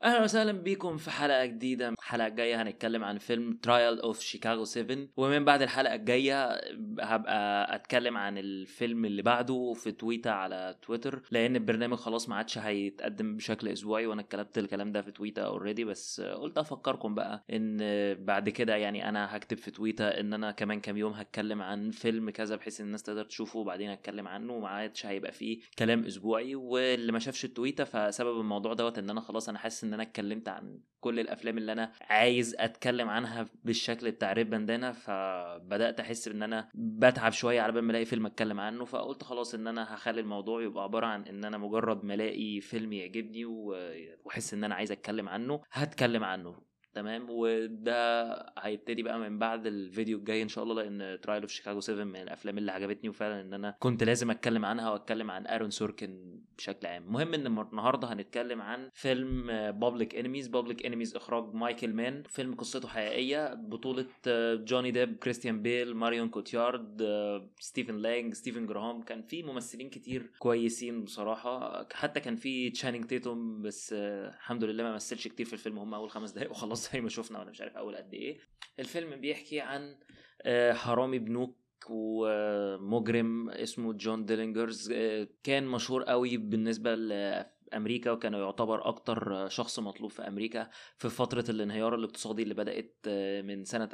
اهلا وسهلا بيكم في حلقه جديده. الحلقه الجايه هنتكلم عن فيلم ترايل اوف شيكاغو 7، ومن بعد الحلقه الجايه هبقى اتكلم عن الفيلم اللي بعده في تويتر على تويتر، لان البرنامج خلاص ما عادش هيتقدم بشكل اسبوعي، وانا اتكلمت الكلام ده في تويتر اوريدي، بس قلت افكركم بقى ان بعد كده يعني انا هكتب في تويتر ان انا كمان كام يوم هتكلم عن فيلم كذا بحيث الناس تقدر تشوفه وبعدين هتكلم عنه، وما عادش هيبقى فيه كلام اسبوعي. واللي ما شافش التويتر فسبب الموضوع دوت ان انا خلاص انا حاسس ان انا اتكلمت عن كل الافلام اللي انا عايز اتكلم عنها بالشكل بتاع ريد باندانا، فبدات احس ان انا بتعب شويه على بال ما الاقي فيلم اتكلم عنه، فقلت خلاص ان انا هخلي الموضوع يبقى عباره عن ان انا مجرد ما الاقي فيلم يعجبني واحس ان انا عايز اتكلم عنه هتكلم عنه. تمام، وده هيبتدي بقى من بعد الفيديو الجاي ان شاء الله، لان ترايل اوف شيكاغو 7 من الافلام اللي عجبتني وفعلا ان انا كنت لازم اتكلم عنها واتكلم عن ارون سوركن بشكل عام. مهم ان النهارده هنتكلم عن فيلم بابليك انميز اخراج مايكل مان. فيلم قصته حقيقيه، بطوله جوني ديب، كريستيان بيل، ماريون كوتيارد، ستيفن لانج، ستيفن جراهام. كان في ممثلين كتير كويسين بصراحه، حتى كان في تشانينج تيتوم، بس الحمد لله ما مثلش كتير في الفيلم، هم اول 5 دقايق وخلاص زي ما شفنا، وانا مش عارف اول قد ايه. الفيلم بيحكي عن حرامي بنوك ومجرم اسمه جون ديلينجرز، كان مشهور قوي بالنسبة لأمريكا، وكان يعتبر أكتر شخص مطلوب في أمريكا في فترة الانهيار الاقتصادي اللي بدأت من سنة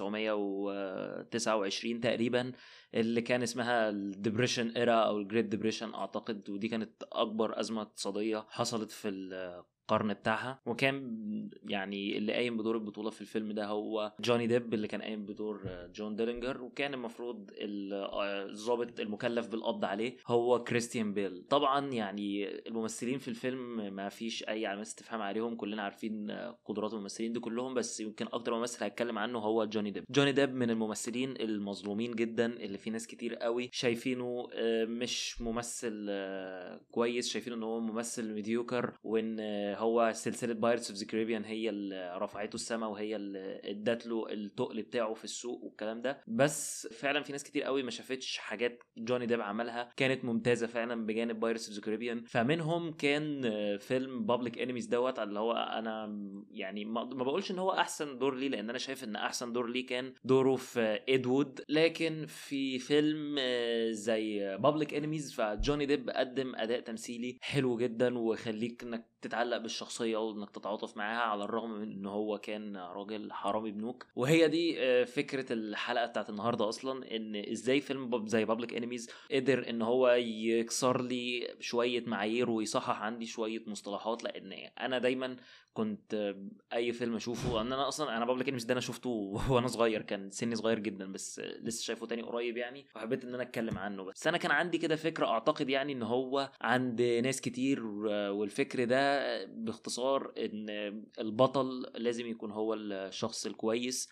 1929 تقريبا، اللي كان اسمها الديبريشن إيرا أو الجريت ديبريشن أعتقد، ودي كانت أكبر أزمة اقتصادية حصلت في القرن بتاعها. وكان يعني اللي قايم بدور البطولة في الفيلم ده هو جوني ديب اللي كان قايم بدور جون ديلينجر، وكان المفروض الضابط المكلف بالقبض عليه هو كريستيان بيل. طبعا يعني الممثلين في الفيلم ما فيش اي علامات استفهام عليهم، كلنا عارفين قدرات الممثلين دي كلهم، بس يمكن اكتر ممثل هتكلم عنه هو جوني ديب. جوني ديب من الممثلين المظلومين جدا، اللي في ناس كتير قوي شايفينه مش ممثل كويس، شايفين ان هو ممثل ميديوكر، وان هو سلسله بايرتس اوف ذا كاريبيان هي اللي رفعته السما وهي اللي ادت له التقل بتاعه في السوق والكلام ده. بس فعلا في ناس كتير قوي ما شافتش حاجات جوني ديب عملها كانت ممتازه فعلا بجانب بايرتس اوف ذا كاريبيان، فمنهم كان فيلم بابليك انميز دوت، اللي هو انا يعني ما بقولش ان هو احسن دور ليه، لان انا شايف ان احسن دور ليه كان دوره في إدوود، لكن في فيلم زي بابليك انميز فجوني ديب قدم اداء تمثيلي حلو جدا ويخليك انك تتعلق بالشخصيه وانك تتعاطف معاها، على الرغم من ان هو كان راجل حرامي بنوك. وهي دي فكره الحلقه بتاعت النهارده اصلا، ان ازاي فيلم زي بابليك انميز قدر ان هو يكسر لي شويه معايير ويصحح عندي شويه مصطلحات، لان انا دايما كنت اي فيلم اشوفه، ان انا اصلا انا بابليك انميز ده انا شفته وانا صغير، كان سني صغير جدا، بس لسه شايفه تاني قريب يعني، وحبيت ان انا اتكلم عنه. بس انا كان عندي كده فكره اعتقد يعني ان هو عند ناس كتير، والفكر ده باختصار ان البطل لازم يكون هو الشخص الكويس،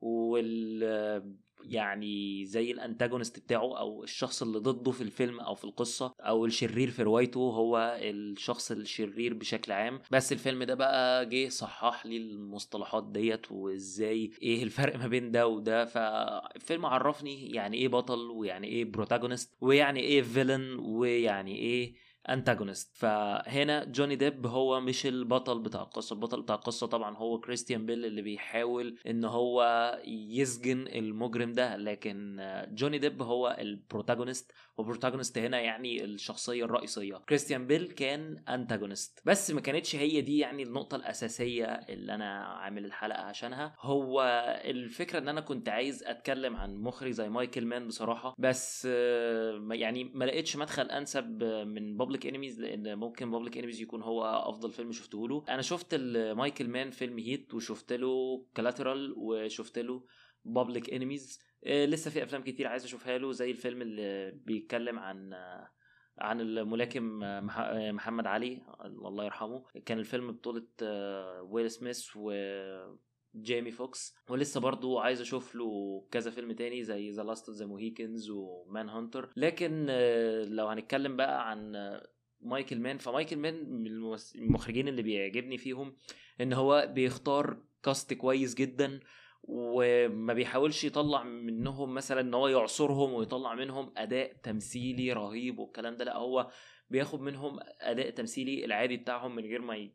يعني زي الانتاجونست بتاعه او الشخص اللي ضده في الفيلم او في القصة، او الشرير في روايته هو الشخص الشرير بشكل عام. بس الفيلم ده بقى جه صحح لي المصطلحات ديت وازاي ايه الفرق ما بين ده وده، فالفيلم عرفني يعني ايه بطل ويعني ايه بروتاجونست ويعني ايه فيلن ويعني ايه انتاجونست. فهنا جوني ديب هو مش البطل بتاع القصه، البطل بتاع القصه طبعا هو كريستيان بيل اللي بيحاول ان هو يسجن المجرم ده، لكن جوني ديب هو البروتاجونست، وبروتاجونست هنا يعني الشخصيه الرئيسيه. كريستيان بيل كان انتاجونست، بس ما كانتش هي دي يعني النقطه الاساسيه اللي انا عامل الحلقه عشانها. هو الفكره ان انا كنت عايز اتكلم عن مخرج زي مايكل مان بصراحه، بس يعني ما لقيتش مدخل انسب من بابليك انميز، لان ممكن بابليك انميز يكون هو افضل فيلم شفته له. انا شفت مايكل مان فيلم هيت، وشفت له كولاترال، وشفت له بابليك انميز. لسه في افلام كتير عايز اشوفها له، زي الفيلم اللي بيتكلم عن الملاكم محمد علي الله يرحمه، كان الفيلم بطولة ويل سميث جيمي فوكس. ولسه برضو عايز اشوف له كذا فيلم تاني زي ذا لاست اوف ذا موهيكنز ومان هانتر. لكن لو هنتكلم بقى عن مايكل مان، فمايكل مان من المخرجين اللي بيعجبني فيهم ان هو بيختار كاست كويس جدا، وما بيحاولش يطلع منهم مثلا ان هو يعصرهم ويطلع منهم اداء تمثيلي رهيب والكلام ده، لا هو بياخد منهم اداء تمثيلي العادي بتاعهم من غير ما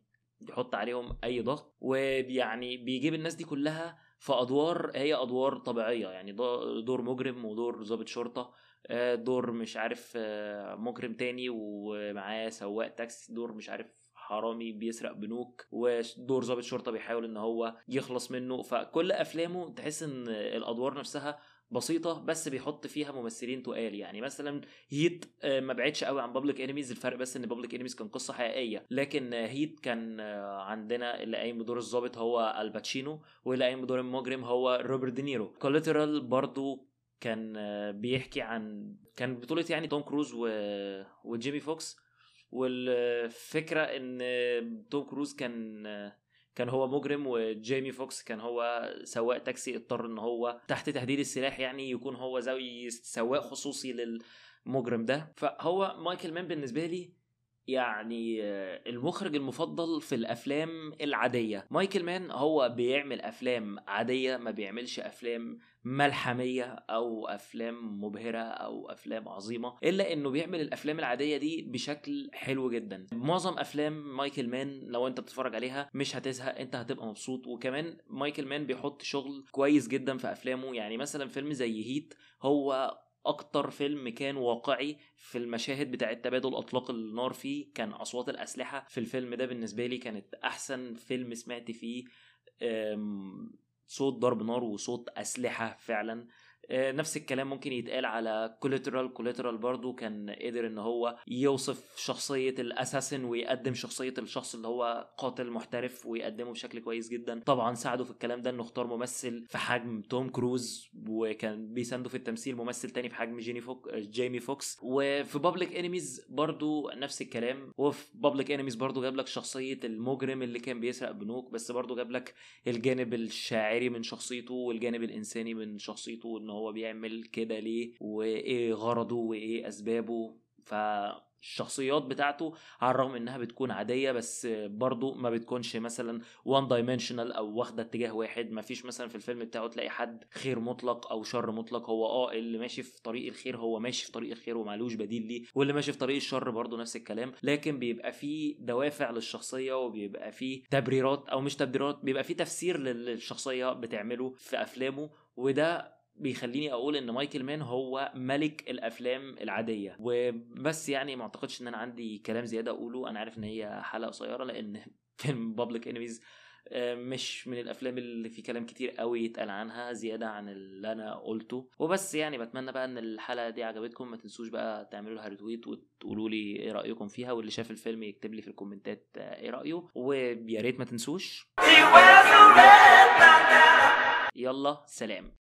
يحط عليهم اي ضغط، ويعني بيجيب الناس دي كلها في ادوار هي ادوار طبيعيه، يعني دور مجرم ودور ضابط شرطه، دور مش عارف مجرم تاني ومعاه سواق تاكسي، دور مش عارف حرامي بيسرق بنوك، ودور ضابط شرطه بيحاول ان هو يخلص منه. فكل افلامه تحس ان الادوار نفسها بسيطه بس بيحط فيها ممثلين تقال. يعني مثلا هيت ما بعدش قوي عن بابليك انيميز، الفرق بس ان بابليك انيميز كان قصه حقيقيه، لكن هيت كان عندنا اللي قايم بدور الضابط هو الباتشينو، واللي قايم بدور المجرم هو روبرت دينيرو. كوليترال برضو كان بيحكي عن، كان بطولة يعني توم كروز وجيمي فوكس. والفكرة ان توم كروز كان هو مجرم، وجيمي فوكس كان هو سواق تاكسي اضطر ان هو تحت تهديد السلاح يعني يكون هو زي سواق خصوصي للمجرم ده. فهو مايكل مان بالنسبة لي يعني المخرج المفضل في الافلام العادية. مايكل مان هو بيعمل افلام عادية، ما بيعملش افلام ملحمية او افلام مبهرة او افلام عظيمة، الا انه بيعمل الافلام العادية دي بشكل حلو جدا. معظم افلام مايكل مان لو انت بتتفرج عليها مش هتزهق، انت هتبقى مبسوط. وكمان مايكل مان بيحط شغل كويس جدا في افلامه. يعني مثلا فيلم زي هيت هو اكتر فيلم كان واقعي في المشاهد بتاعه تبادل اطلاق النار فيه. كان اصوات الاسلحه في الفيلم ده بالنسبه لي كانت احسن فيلم سمعت فيه صوت ضرب نار وصوت اسلحه فعلا. نفس الكلام ممكن يتقال على كوليترال برضو، كان قدر ان هو يوصف شخصية الاساسن ويقدم شخصية الشخص اللي هو قاتل محترف ويقدمه بشكل كويس جدا. طبعا ساعده في الكلام ده انه اختار ممثل في حجم توم كروز، وكان بيسانده في التمثيل ممثل تاني في حجم جيمي فوكس. وفي بابليك انيميز برضو نفس الكلام، وفي بابليك انيميز برضو جاب لك شخصية المجرم اللي كان بيسرق بنوك، بس برضو جاب لك الجانب الشاعري من شخصيته والجانب الانساني من شخصيته، ان هو بيعمل كده ليه وايه غرضه وايه اسبابه. فالشخصيات بتاعته على الرغم انها بتكون عادية بس برضو ما بتكونش مثلا وان دايمنشنال او واخدة اتجاه واحد. ما فيش مثلا في الفيلم بتاعه تلاقي حد خير مطلق او شر مطلق. هو اللي ماشي في طريق الخير هو ماشي في طريق الخير ومعلوش بديل ليه، واللي ماشي في طريق الشر برضو نفس الكلام. لكن بيبقى فيه دوافع للشخصية وبيبقى فيه تبريرات او مش تبريرات، بيبقى فيه تفسير للشخصية بتعمله في افلامه. وده بيخليني اقول ان مايكل مان هو ملك الافلام العاديه. وبس يعني ما اعتقدش ان انا عندي كلام زياده اقوله. انا عارف ان هي حلقه قصيره لان فيلم بابليك انيميز مش من الافلام اللي في كلام كتير قوي يتقال عنها زياده عن اللي انا قلته. وبس يعني بتمنى بقى ان الحلقه دي عجبتكم. ما تنسوش بقى تعملوا لها ريتويت وتقولوا لي ايه رايكم فيها، واللي شاف الفيلم يكتب لي في الكومنتات ايه رايه. ويا ريت ما تنسوش. يلا سلام.